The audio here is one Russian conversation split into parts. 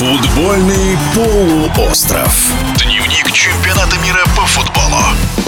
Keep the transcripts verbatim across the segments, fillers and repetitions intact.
Футбольный полуостров. Дневник чемпионата мира по футболу.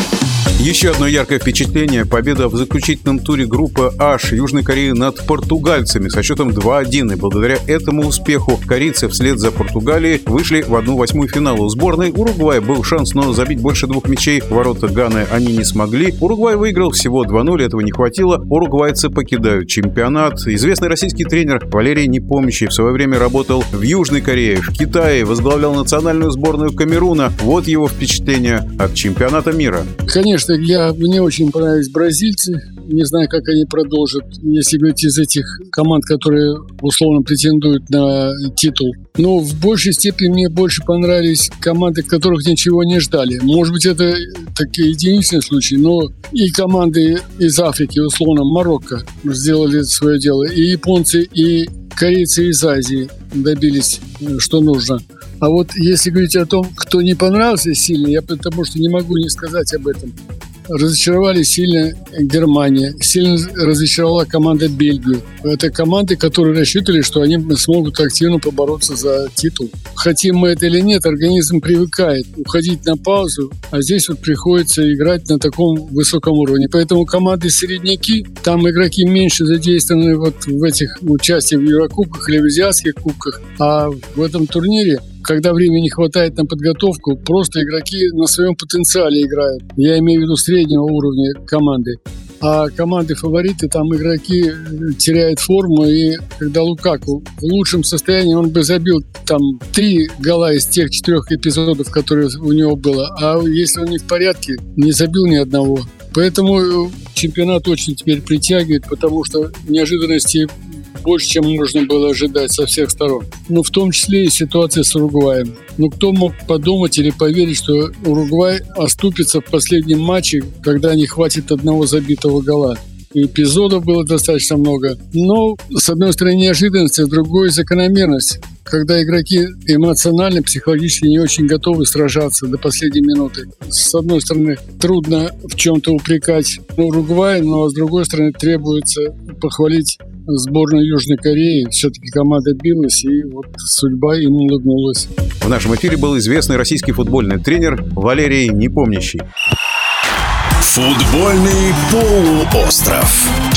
Еще одно яркое впечатление – победа в заключительном туре группы H Южной Кореи над португальцами со счетом два один. И благодаря этому успеху корейцы вслед за Португалией вышли в одну восьмую финала. У сборной Уругвая был шанс, но забить больше двух мячей в ворота Ганы они не смогли. Уругвай выиграл всего два ноль, этого не хватило. Уругвайцы покидают чемпионат. Известный российский тренер Валерий Непомнящий в свое время работал в Южной Корее, в Китае, возглавлял национальную сборную Камеруна. Вот его впечатления от чемпионата мира. Конечно, я, мне очень понравились бразильцы. Не знаю, как они продолжат, если говорить из этих команд, которые условно претендуют на титул. Но в большей степени мне больше понравились команды, которых ничего не ждали. Может быть, это такие единичные случаи, но и команды из Африки, условно, Марокко, сделали свое дело. И японцы, и корейцы из Азии добились, что нужно. А вот если говорить о том, кто не понравился сильно, я потому что не могу не сказать об этом. Разочаровали сильно Германия, сильно разочаровала команда Бельгию. Это команды, которые рассчитывали, что они смогут активно побороться за титул. Хотим мы это или нет, организм привыкает уходить на паузу, а здесь вот приходится играть на таком высоком уровне. Поэтому команды середняки, там игроки меньше задействованы вот в этих участии в Еврокубках или в азиатских кубках, а в этом турнире, когда времени не хватает на подготовку, просто игроки на своем потенциале играют. Я имею в виду среднего уровня команды. А команды-фавориты, там игроки теряют форму, и когда Лукаку в лучшем состоянии, он бы забил там три гола из тех четырех эпизодов, которые у него было. А если он не в порядке, не забил ни одного. Поэтому чемпионат очень теперь притягивает, потому что неожиданностей больше, чем можно было ожидать со всех сторон. Ну, в том числе и ситуация с Уругваем. Ну, кто мог подумать или поверить, что Уругвай оступится в последнем матче, когда не хватит одного забитого гола. Эпизодов было достаточно много. Но, с одной стороны, неожиданность, а с другой закономерность. Когда игроки эмоционально, психологически не очень готовы сражаться до последней минуты. С одной стороны, трудно в чем-то упрекать Уругвай, но с другой стороны, требуется похвалить сборную Южной Кореи. Все-таки команда билась, и вот судьба им улыбнулась. В нашем эфире был известный российский футбольный тренер Валерий Непомнящий. Футбольный полуостров.